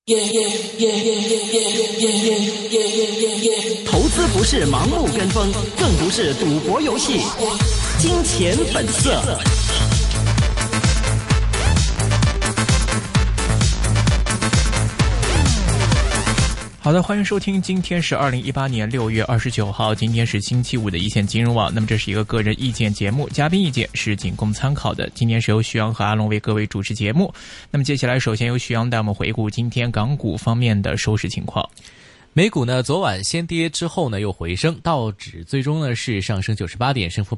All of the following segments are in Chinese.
投资不是盲目跟风，更不是赌博游戏。金钱本色。好的，欢迎收听，今天是2018年6月29号，今天是星期五的一线金融网。那么这是一个个人意见节目，嘉宾意见是仅供参考的。今天是由徐阳和阿龙为各位主持节目。那么接下来首先由徐阳带我们回顾今天港股方面的收市情况。 美股呢，昨晚先跌之后呢又回升，道指最终呢是上升98点，升幅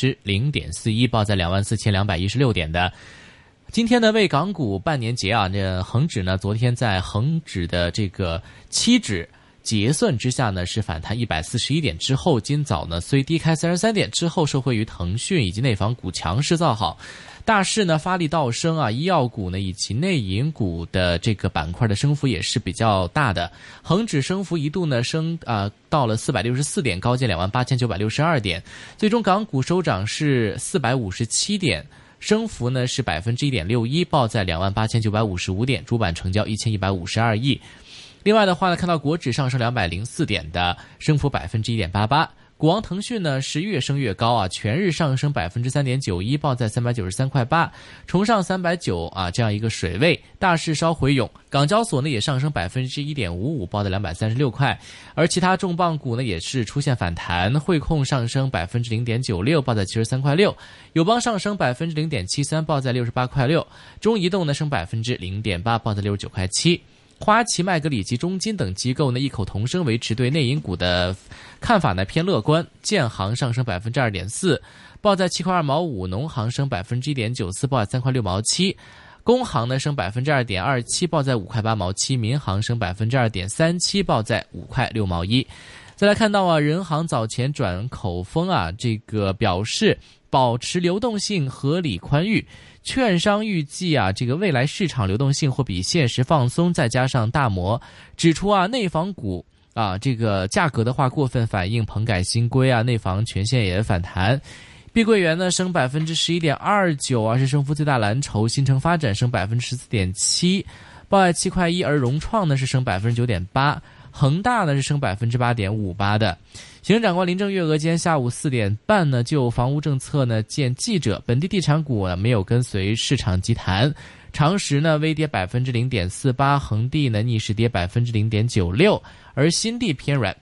0.41%，报在24,216点的。今天呢，为港股半年结啊，这恒指呢，昨天在恒指的这个期指结算之下呢，是反弹141点之后，今早呢虽低开33点之后，受惠于腾讯以及内房股强势造好，大市呢发力倒升啊，医药股呢以及内银股的这个板块的升幅也是比较大的，恒指升幅一度呢到了464点，高见28,962点，最终港股收涨是457点。升幅呢是1.61%，报在28,955点，主板成交1152亿。另外的话呢，看到国指上升204点的，升幅1.88%。股王腾讯呢是越升越高啊，全日上升3.91%，报在393.8块，重上390啊这样一个水位，大势稍回涌。港交所呢也上升1.55%，报在236块，而其他重磅股呢也是出现反弹，汇控上升0.96%，报在73.6块，友邦上升0.73%，报在68.6块，中移动呢升0.8%，报在69.7块。花旗、麦格里及中金等机构呢异口同声维持对内银股的看法呢偏乐观，建行上升2.4%，报在7.25块，农行升1.94%，报在3.6块，工行呢升2.27%，报在5.8块，民行升2.37%，报在5.6块。再来看到啊，人行早前转口风啊，这个表示保持流动性合理宽裕，券商预计啊，这个未来市场流动性会比现实放松，再加上大摩指出啊，内房股啊这个价格的话过分反映棚改新规啊，内房全线也反弹。碧桂园呢升11.29%啊，是升幅最大蓝筹，新城发展升14.7%，报在7.1块，而融创呢是升9.8%。恒大呢是升8.58%的。行政长官林郑月娥今天下午4点半呢就房屋政策呢见记者，本地地产股呢没有跟随市场急弹，长实呢微跌0.48%，恒地呢逆势跌0.96%，而新地偏软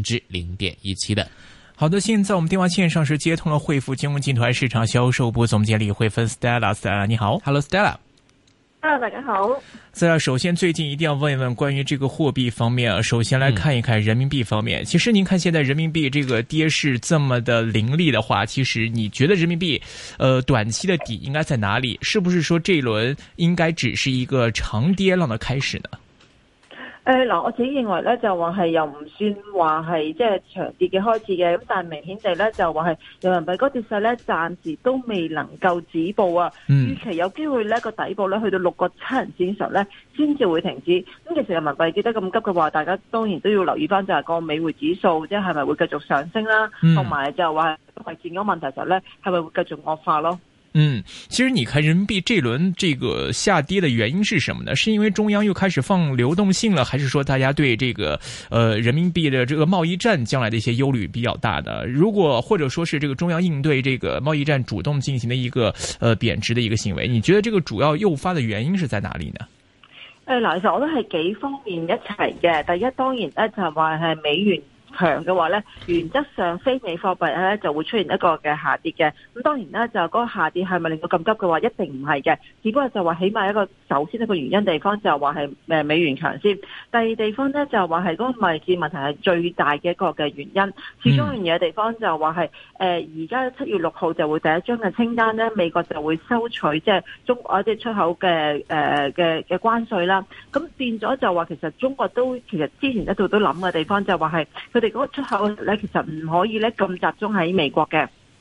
0.17%的。 好的，现在我们电话线上是接通了汇富金融集团市场销售部总监李慧芬 Stella， 你好。 Hello Stella。Hello， 大家好。 首先最近一定要问一问关于这个货币方面啊，首先来看一看人民币方面。其实您看现在人民币这个跌势这么的凌厉的话，其实你觉得人民币短期的底应该在哪里？是不是說這一輪應該只是一個長跌浪的開始呢？ 我自己認為咧，就話係又唔算話係即係長跌嘅開始嘅，咁但係明顯地咧就話係人民幣嗰跌勢咧暫時都未能夠止步啊。預期有機會咧個底部咧去到6個7人線嘅時候咧先至會停止。咁其實人民幣跌得咁急嘅話，大家當然都要留意翻就係個美匯指數，即係咪會繼續上升啦，同埋就話係見嗰問題時候咧係咪會繼續惡化咯？ 其實你看人民幣這輪這個下跌的原因是什麼呢？是因為中央又開始放流動性了，還是說大家對這個人民幣的這個貿易戰將來的一些憂慮比較大的？如果或者說是這個中央應對這個貿易戰主動進行的一個貶值的一個行為，你覺得這個主要誘發的原因是在哪裡呢？ 其實我都係幾方面一齊嘅。第一當然咧就係話係美元強嘅話咧，原則上非美貨幣咧就會出現一個嘅下跌嘅。咁當然咧就嗰個下跌係咪令到咁急嘅話，一定唔係嘅。只不過就話起碼首先一個原因地方就話係美元強先。第二地方咧就話係嗰個貿易戰問題係最大嘅一個嘅原因。始終一樣嘢地方就話係而家7月6號就會第一張嘅清單咧，美國就會收取即係中國啲出口嘅關稅啦。咁變咗就話其實中國都其實之前一度都諗嘅地方就話係佢哋嗰個出口咧，其實唔可以咧咁集中喺美國嘅。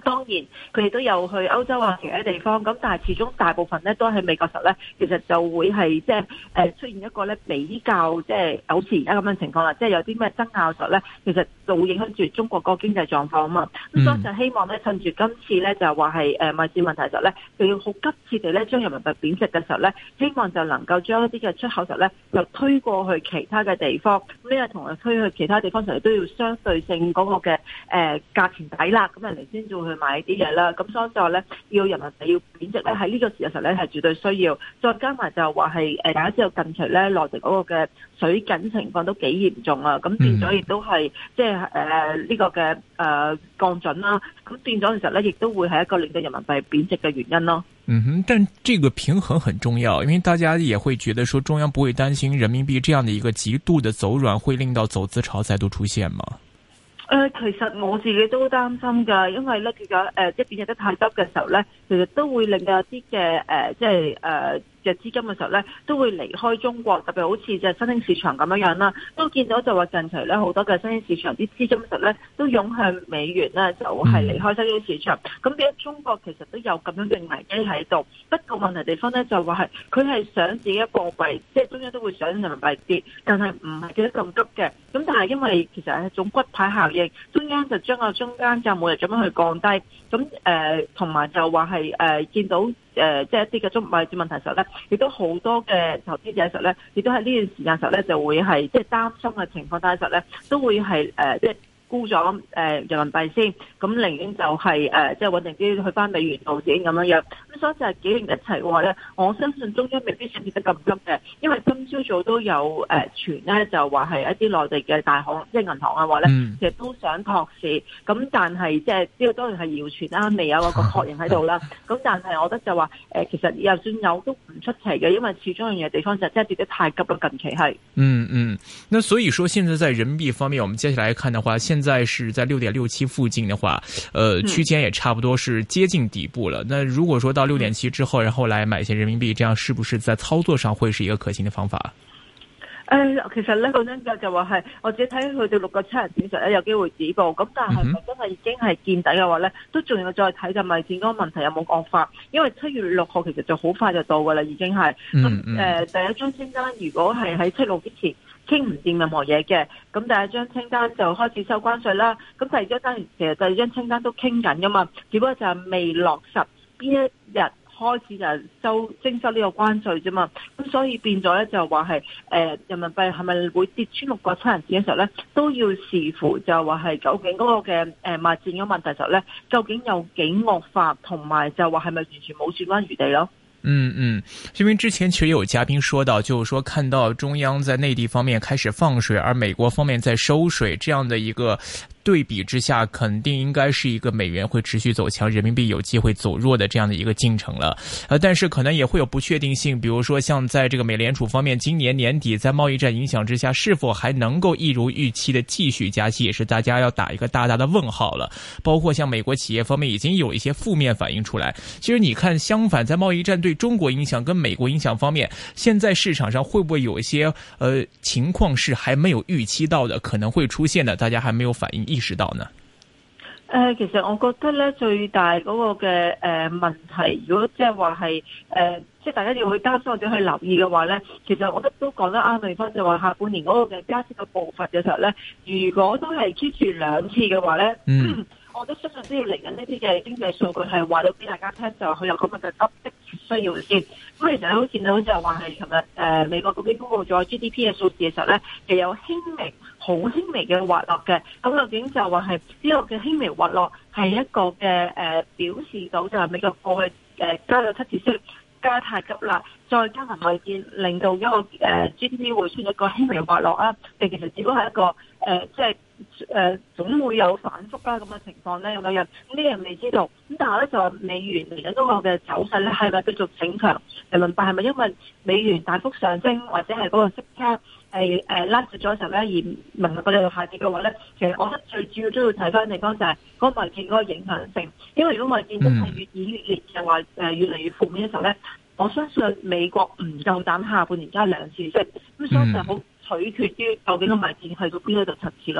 當然佢哋都有去歐洲啊其他地方，咁但係始終大部分咧都喺美國時候咧，其實就會係即係出現一個咧比較即係好似而家咁樣情況啦，即係有啲咩爭拗時候咧，其實就會影響住中國嗰個經濟狀況啊嘛。咁所以就希望咧趁住今次咧就話係貿易問題時候咧，就要好急切地咧將人民幣貶值嘅時候咧，希望就能夠將一啲嘅出口時候咧就推過去其他嘅地方，咁呢個同埋推去其他地方時候都要相對性嗰個嘅價錢抵啦，咁人哋先至會去買啲嘢啦。咁所以就咧要人民幣要貶值咧，喺呢個時候咧係絕對需要。再加埋就話係大家知道近期咧內地嗰個嘅水緊情況都幾嚴重啊，咁變咗亦都係即係呢個嘅降準啦。咁變咗其實咧亦都會係一個令到人民幣貶值嘅原因咯。 嗯哼，但這個平衡很重要，因為大家也會覺得說中央不會擔心人民幣這樣的一個極度的走軟會令到走資潮再度出現嗎？ 其實我自己都擔心㗎，因為咧其實即係貶值得太急嘅時候咧，其實都會令到一啲嘅即係嘅資金嘅時候咧，都會離開中國，特別好似就係新興市場咁樣啦。都見到就話近期咧好多嘅新興市場啲資金嘅時候咧，都湧向美元咧，就係離開新興市場。咁變咗中國其實都有咁樣嘅危機喺度。不過問題地方咧就話係佢係想自己貨幣，即係中央都會想人民幣跌，但係唔係跌得咁急嘅。咁但係因為其實係一種骨牌效應，中央就將個中間價每日咁樣去降低。咁同埋就話係見到即係一啲嘅中貿易問題時候咧，亦都好多嘅投資者時候咧，亦都喺呢段時間時候咧就會係即係擔心嘅情況底下時候咧，都會係即係沽咗人民幣先，咁寧願就係即係穩定啲去翻美元度先咁樣樣。咁所以就係幾年一齊嘅話咧，我相信中央未必想跌得咁急嘅，因為今朝早都有傳咧就話係一啲內地嘅大行即係銀行嘅話咧，其實都想托市。咁但係即係呢個當然係謠傳啦，未有個確認喺度啦。咁但係我覺得就話其實就算有都唔出奇嘅，因為始終有樣嘢地方就真係跌得太急啦，近期係。 那所以說現在在人民幣方面，我們接下來看的話，現在是在6.67附近的話，區間也差不多是接近底部了。那如果說到6.7之後，然後來買一些人民幣，這樣是不是在操作上會是一個可行的方法？ 其實呢個真就話係我自己睇去到6.7人線咧有機會止步，咁但係咪真係已經係見底嘅話咧，都仲要再睇就咪見嗰個問題有冇惡化，因為7月6號其實就好快就到㗎啦，已經係咁第一張清單如果係喺7號之前傾唔掂任何嘢嘅，咁第一張清單就開始收關稅啦，咁第二張單其實第二張清單都傾緊㗎嘛，只不過就係未落實邊一日開始就徵收呢個關稅啫嘛，咁所以變咗咧就話係人民幣係咪會跌穿6.7人線嘅時候咧，都要視乎就話係究竟嗰個嘅貿易戰嘅問題時候咧，究竟有幾惡化，同埋就話係咪完全冇轉彎餘地咯？ 因為之前其實有嘉賓說到，就是說看到中央在內地方面開始放水，而美國方面在收水，這樣的一個對比之下，肯定應該是一個美元會持續走強，人民幣有機會走弱的這樣的一個進程了。但是可能也會有不確定性，比如說像在這個美聯儲方面，今年年底在貿易戰影響之下，是否還能夠一如預期的繼續加息，也是大家要打一個大大的問號了。包括像美國企業方面已經有一些負面反應出來。其實你看，相反在貿易戰對中國影響跟美國影響方面，現在市場上會不會有一些情況是還沒有預期到的，可能會出現的，大家還沒有反應意識到呢？ 其實我覺得咧最大嗰個嘅問題，如果即係話係即係大家要去擔心或者去留意嘅話咧，其實我覺得都講得啱地方，就話下半年嗰個嘅加息嘅步伐嘅時候咧，如果都係 keep 住2次嘅話咧，我都相信都要嚟緊呢啲嘅經濟數據係話到俾大家聽，就佢有咁嘅急迫需要先。咁其實好見到就話係琴日美國嗰邊公布咗 GDP 嘅數字嘅時候咧，其實有好輕微嘅滑落嘅。咁究竟就話係呢個嘅輕微滑落係一個嘅表示到就係美國過去加咗7次息加太急啦，再加埋貿易戰令到一個GDP 會出現一個輕微滑落啊，定其實只不過係一個即係總會有反覆啦咁嘅情況咧，咁樣呢樣未知道。咁但係咧就話美元嚟緊嗰個嘅走勢咧係咪繼續整強？人民幣係咪因為美元大幅上升或者係嗰個息差係拉住咗嘅時候咧，而人民幣嘅下跌嘅話咧，其實我覺得最主要都要睇翻地方就係嗰個貿易戰嗰個影響性。因為如果貿易戰真係越演越烈嘅話，越嚟越負面嘅時候咧，我相信美國唔夠膽下半年加2次息，咁所以就好取決於究竟個貿易戰去到邊一度層次咯。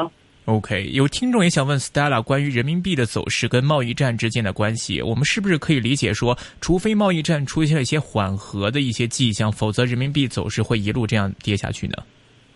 OK， 有聽眾也想問 Stella 關於人民幣的走勢跟貿易戰之間的關係，我們是不是可以理解說，除非貿易戰出現了一些緩和的一些跡象，否則人民幣走勢會一路這樣跌下去呢？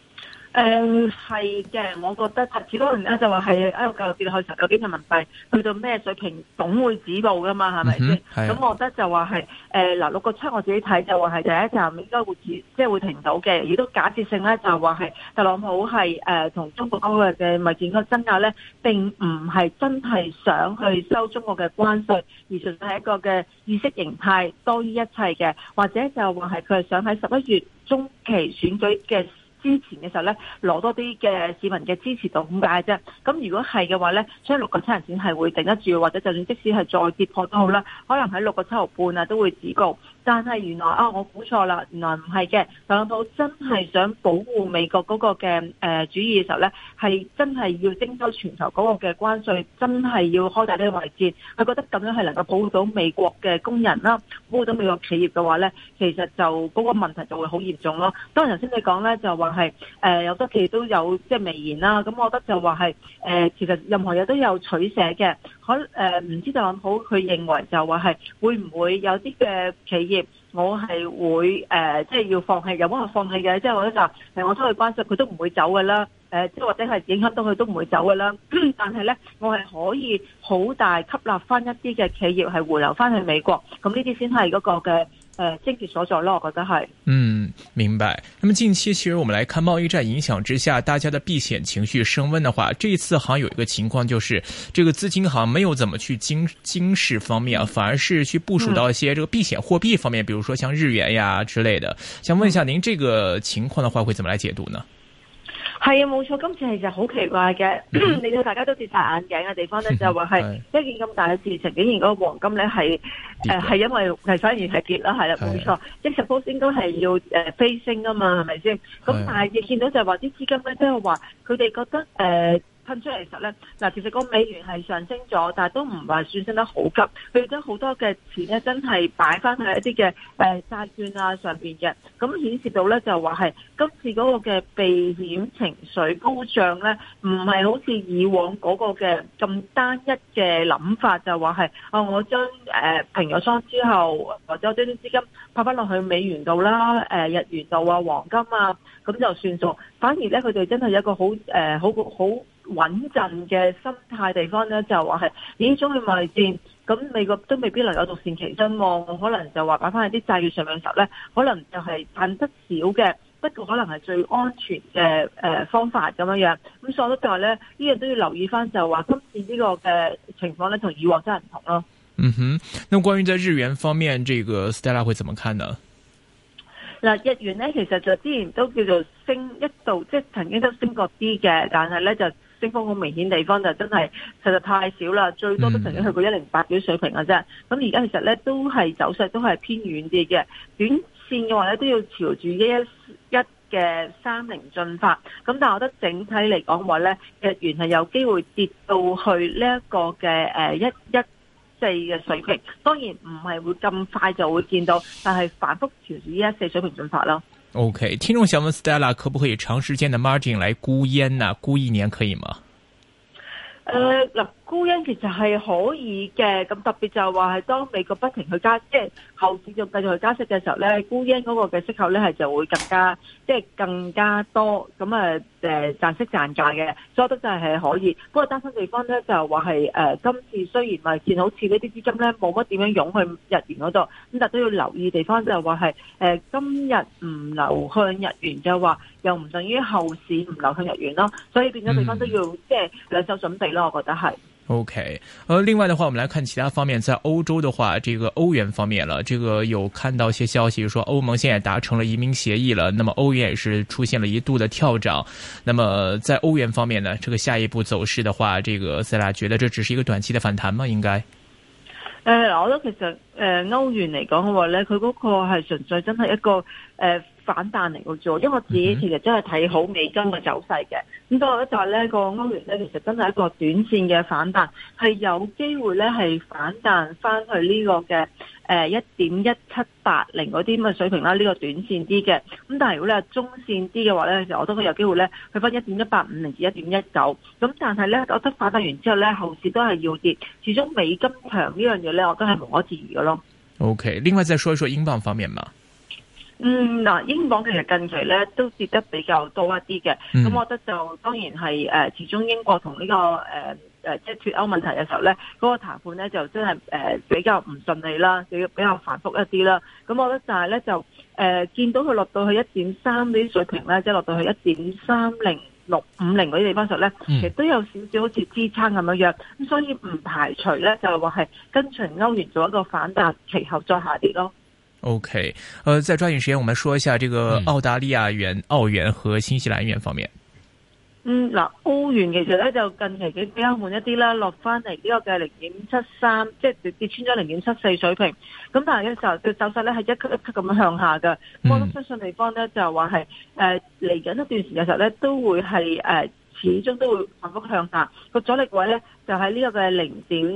係嘅，我覺得只不過咧就話係一路繼續跌落去，究竟人民幣去到咩水平總會止步噶嘛，係咪先？咁我覺得就話係嗱6.7，我自己睇就話係第一站應該會即係會停到嘅，亦都假設性咧就話係特朗普係同中國嗰個嘅貿易戰爭拗咧，並唔係真係想去收中國嘅關稅，而純粹係一個嘅意識形態多於一切嘅，或者就話係佢係想喺11月中期選舉嘅之前嘅時候咧，攞多啲嘅市民嘅支持度咁解啫。咁如果係嘅話咧，所以6.7人錢係會頂得住，或者就算即使係再跌破都好啦，可能喺6.7毫半啊都會止步。但係原來我估錯啦，原來唔係嘅。特朗普真係想保護美國嗰個嘅主義嘅時候咧，係真係要徵收全球嗰個嘅關稅，真係要開大呢個圍戰。佢覺得咁樣係能夠保護到美國嘅工人啦，保護到美國企業嘅話咧，其實就嗰個問題就會好嚴重咯。當然頭先你講咧就話係有多企業都有即係微言啦，咁我覺得就話係其實任何嘢都有取捨嘅。唔知特朗普佢認為就話係會唔會有啲嘅企業我係會即係要放棄，有冇人放棄嘅？即係我覺得就我收佢關稅，佢都唔會走㗎啦。即係或者係影響到佢都唔會走㗎啦。但係咧，我係可以好大吸納翻一啲嘅企業係回流翻去美國，咁呢啲先係嗰個嘅症結所在咯，我覺得係。 明白。那麼近期其實我們來看貿易戰影響之下，大家的避險情緒升溫的話，這一次好像有一個情況就是，這個資金好像沒有怎麼去驚市方面啊，反而是去部署到一些這個避險貨幣方面，比如說像日元呀之類的。想問一下您這個情況的話，會怎麼來解讀呢？ 係啊，冇錯，今次其實好奇怪嘅，令到大家都跌晒眼鏡嘅地方咧，就話係一件咁大嘅事情，竟然嗰個黃金咧係因為係反而係跌啦，係啦，冇錯，即係 suppose 應該係要飛升啊嘛，係咪先？咁但係亦見到就係話啲資金咧，即係話佢哋覺得噴出嚟時候咧，嗱，其實個美元係上升咗，但係都唔係算升得好急。佢哋將好多嘅錢咧，真係擺翻去一啲嘅債券啊上邊嘅，咁顯示到咧就話係今次嗰個嘅避險情緒高漲咧，唔係好似以往嗰個嘅咁單一嘅諗法，就話係我將平咗倉之後，或者我將啲資金拍翻落去美元度啦、日元度啊、黃金啊，咁就算數。反而咧，佢哋真係有一個好穩陣嘅心態地方咧，就話係咦，中美貿易戰，咁美國都未必能夠獨善其身，我可能就話擺翻喺啲債券上面嘅時候咧，可能就係賺得少嘅，不過可能係最安全嘅方法咁樣樣。咁所以咧就係咧，呢樣都要留意翻，就話今次呢個嘅情況咧，同以往真係唔同咯。 那關於在日元方面，這個 Stella 會怎麼看呢？ 嗱，日元咧其實就之前都叫做升一度，即係曾經都升過啲嘅，但係咧就升幅好明顯地方就真係實在太少啦，最多都曾經去過108幾水平嘅啫。咁而家其實咧都係走勢都係偏遠啲嘅，短線嘅話咧都要朝住111嘅30進發。咁但係我覺得整體嚟講話咧，日元係有機會跌到去呢一個嘅114嘅水平，當然唔係會咁快就會見到，但係反覆朝住114水平進發咯。 OK， 聽眾想問 Stella 可不可以長時間的 margin 來沽煙啊？沽1年可以嗎？ 嗱，沽煙其實係可以嘅，咁特別就係話係當美國不停去加，即係後市仲繼續去加息嘅時候咧，沽煙嗰個嘅息口咧係就會更加多，咁賺息賺價嘅，所以我覺得就係可以。不過擔心地方咧就話係今次雖然咪見好似呢啲資金咧冇乜點樣湧去日元嗰度，咁但都要留意地方就係話係今日唔流向日元嘅話，又唔等於後市唔流向日元咯，所以變咗地方都要即係兩手準備咯，我覺得係。 OK，另外的話，我們來看其他方面，在歐洲的話，這個歐元方面了，這個有看到一些消息說歐盟現在達成了移民協議了，那麼歐元也是出現了一度的跳漲。那麼在歐元方面呢，這個下一步走勢的話，這個Stella覺得這只是一個短期的反彈嗎？應該？ 我覺得其實歐元嚟講嘅話咧，佢嗰個係純粹真係一個反彈嚟嘅啫，因為我自己其實真係睇好美金嘅走勢嘅。咁所以我覺得就係呢個歐元咧，其實真係一個短線嘅反彈，係有機會咧係反彈翻去呢個嘅 1.1780嗰啲咁嘅水平啦，呢個短線啲嘅。咁但係如果你係中線啲嘅話咧，其實我都會有機會咧去翻1.150至1.19。咁但係咧，我覺得反彈完之後咧，後市都係要跌。始終美金強呢樣嘢咧，我都係無可置疑嘅咯。 OK， 另外再說一說英鎊方面嘛。 嗱，英鎊其實近期咧都跌得比較多一啲嘅。咁我覺得就當然係始終英國同呢個即係脫歐問題嘅時候咧，嗰個談判咧就真係比較唔順利啦，比較繁複一啲啦。咁我覺得但係咧就見到佢落到去1.3呢啲水平咧，即係落到去1.30650嗰啲地方時候咧，其實都有少少好似支撐咁樣樣。咁所以唔排除咧就係話係跟隨歐元做一個反彈，其後再下跌咯。 OK，再抓緊時間，我們說一下這個澳大利亞元、澳元和新西蘭元方面。 嗱，歐元其實咧就近期比較悶一啲啦，落翻嚟呢個嘅0.73，即係跌穿咗0.74水平。咁但係嘅時候嘅走勢咧係一級一級咁樣向下嘅。我相信地方咧就話係嚟緊一段時間嘅時候咧都會係始終都會反覆向下。個阻力位咧就喺呢個嘅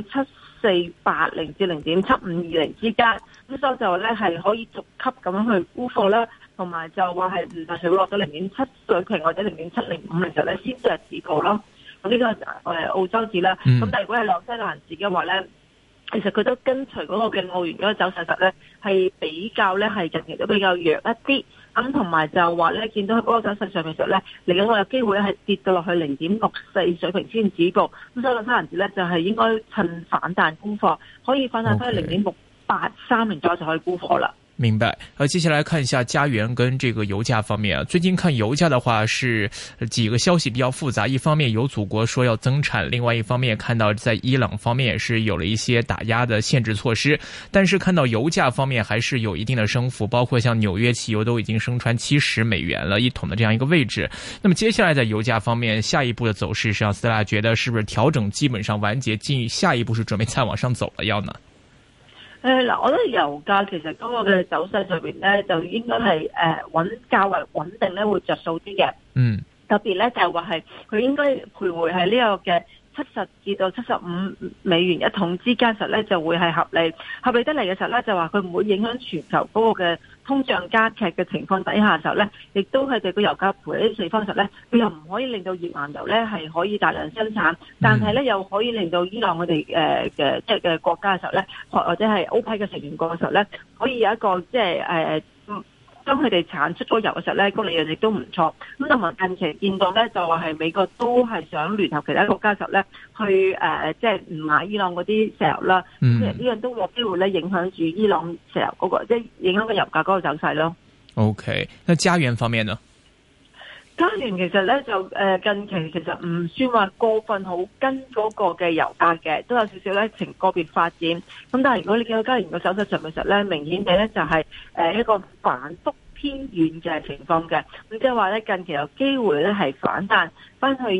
0.7480至0.7520之間。咁所以就咧係可以逐級咁樣去沽貨啦。同埋就話係唔排除會落到0.7水平或者0.705嘅時候咧，先至係止步咯。咁呢個係澳洲紙啦。咁但係如果係紐西蘭紙嘅話咧，其實佢都跟隨嗰個嘅澳元嗰個走勢實咧，係比較咧係近期都比較弱一啲。咁同埋就話咧，見到喺嗰個走勢上面時候咧，嚟緊我有機會咧係跌到落去0.64水平先止步。咁所以紐西蘭紙咧就係應該趁反彈沽貨，可以反彈翻去0.683左右就可以沽貨啦。 明白。接下來看一下加元跟這個油價方面啊。最近看油價的話是幾個消息比較複雜，一方面有祖國說要增產，另外一方面看到在伊朗方面也是有了一些打壓的限制措施，但是看到油價方面還是有一定的升幅，包括像紐約期油都已經升穿$70了一桶的這樣一個位置。那麼接下來在油價方面下一步的走勢上，Stella覺得是不是調整基本上完結，下一步是準備再往上走了要呢？ 嗱，我覺得油價其實嗰個嘅走勢上邊咧，就應該係較為穩定咧，會着數啲嘅。特別咧就係話係佢應該徘徊喺呢個嘅70至到75美元一桶之間時候咧，就會係合理。合理得嚟嘅時候咧，就話佢唔會影響全球嗰個嘅通脹加劇嘅情況底下嘅時候咧，亦都係對個油價賠呢啲地方時候咧，佢又唔可以令到頁岩油咧係可以大量生產，但係咧又可以令到伊朗佢哋嘅即係嘅國家嘅時候咧，或者係歐佩嘅成員國嘅時候咧，可以有一個即係當佢哋產出嗰油嘅時候咧，個利潤亦都唔錯。咁同埋近期見到咧，就話係美國都係想聯合其他國家嘅時候咧，去即係唔買伊朗嗰啲石油啦。其實呢樣都有機會咧影響住伊朗石油嗰個，即係影響個油價嗰個走勢咯。 OK，那加元方面呢？ 加元其實咧就近期其實唔算話過分好跟嗰個嘅油價嘅，都有少少咧呈個別發展。咁但係如果你見到加元個走勢上面實咧，明顯地咧就係一個反覆偏軟嘅情況嘅。咁即係話咧近期有機會咧係反彈翻去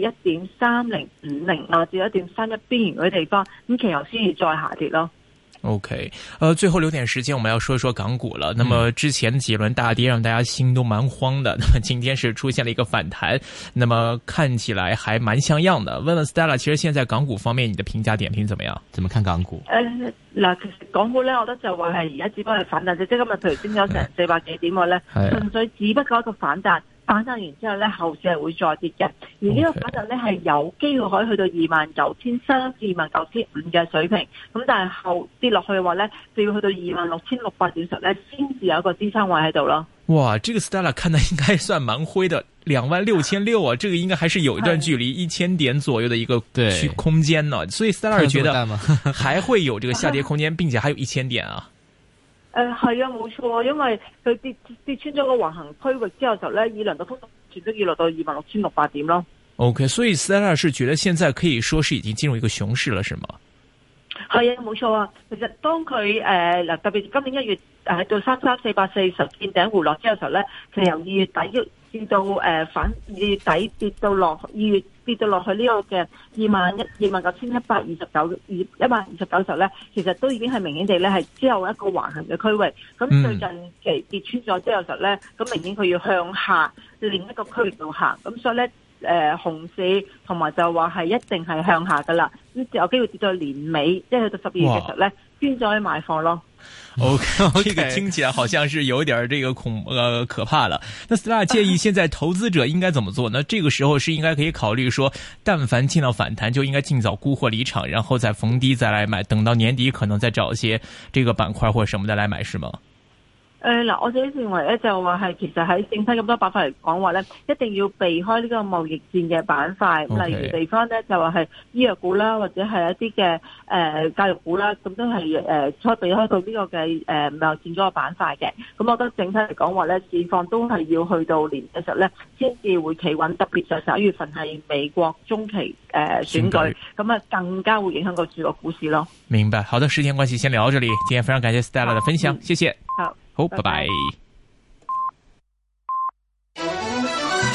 1.3050啊至1.31邊緣嗰啲地方，咁其後先至再下跌咯。 OK，最後留點時間，我們要說一說港股了。那麼之前幾輪大跌，讓大家心都蠻慌的。那麼今天是出現了一個反彈，那麼看起來還蠻像樣的。問問 Stella，其實現在港股方面，你的評價點評怎麼樣？怎麼看港股？ 嗱，其實港股咧，我覺得就話係而家只不過係反彈，即係今日譬如升咗成400幾點嘅咧，純粹只不過一個反彈。反彈完之後咧，後市係會再跌嘅。而呢個反彈咧係有機會可以去到29,300至29,500嘅水平。咁但係後跌落去嘅話咧，就要去到26,600點時咧，先至有一個支撐位喺度咯。 哇，這個 Stella 看得應該算蠻灰的，26,600啊，這個應該還是有一段距離1000點左右的一個空間呢。所以 Stella 覺得還會有這個下跌空間，並且還有1000點啊。 係啊，冇錯，因為佢跌穿咗個橫行區域之後就咧，以量度幅度全都要落到26,600點咯。 OK， 所以 Stella 是覺得現在可以說是已經進入一個熊市了，是嗎？ 係啊，冇錯啊。其實當佢嗱特別今年1月到33,440見頂回落之後時候咧，其實由2月底至到2月底跌到落2月跌到落去呢個嘅29,129 129時候咧，其實都已經係明顯地咧係之後一個橫行嘅區域。咁最近期跌穿咗之後時候咧，咁明顯佢要向下另一個區域度行。咁所以咧熊市同埋就話係一定係向下噶啦。咁有機會跌到年尾，即係去到12月嘅時候咧， 捐咗去買貨咯。 OK， 這個聽起來好像是有點這個可怕了。那 Stella 建議現在投資者應該怎麼做呢？這個時候是應該可以考慮說，但凡見到反彈就應該盡早沽貨離場，然後再逢低再來買，等到年底可能再找一些這個板塊或者什麼的來買，是嗎？ 嗱，我自己認為咧就話係其實喺整體咁多板塊嚟講話咧，一定要避開呢個貿易戰嘅板塊， Okay. 例如地方咧就話係醫藥股啦，或者係一啲嘅教育股啦，咁都係再避開到呢個嘅貿易戰嗰個板塊嘅。咁我覺得整體嚟講話咧，市況都係要去到年嘅時候咧，先至會企穩。特別就11月份係美國中期選舉，咁啊更加會影響個主流股市咯。 明白，好的，時間關係先聊到這裡。今天非常感謝 Stella 的分享，謝謝。 好。 好，拜拜。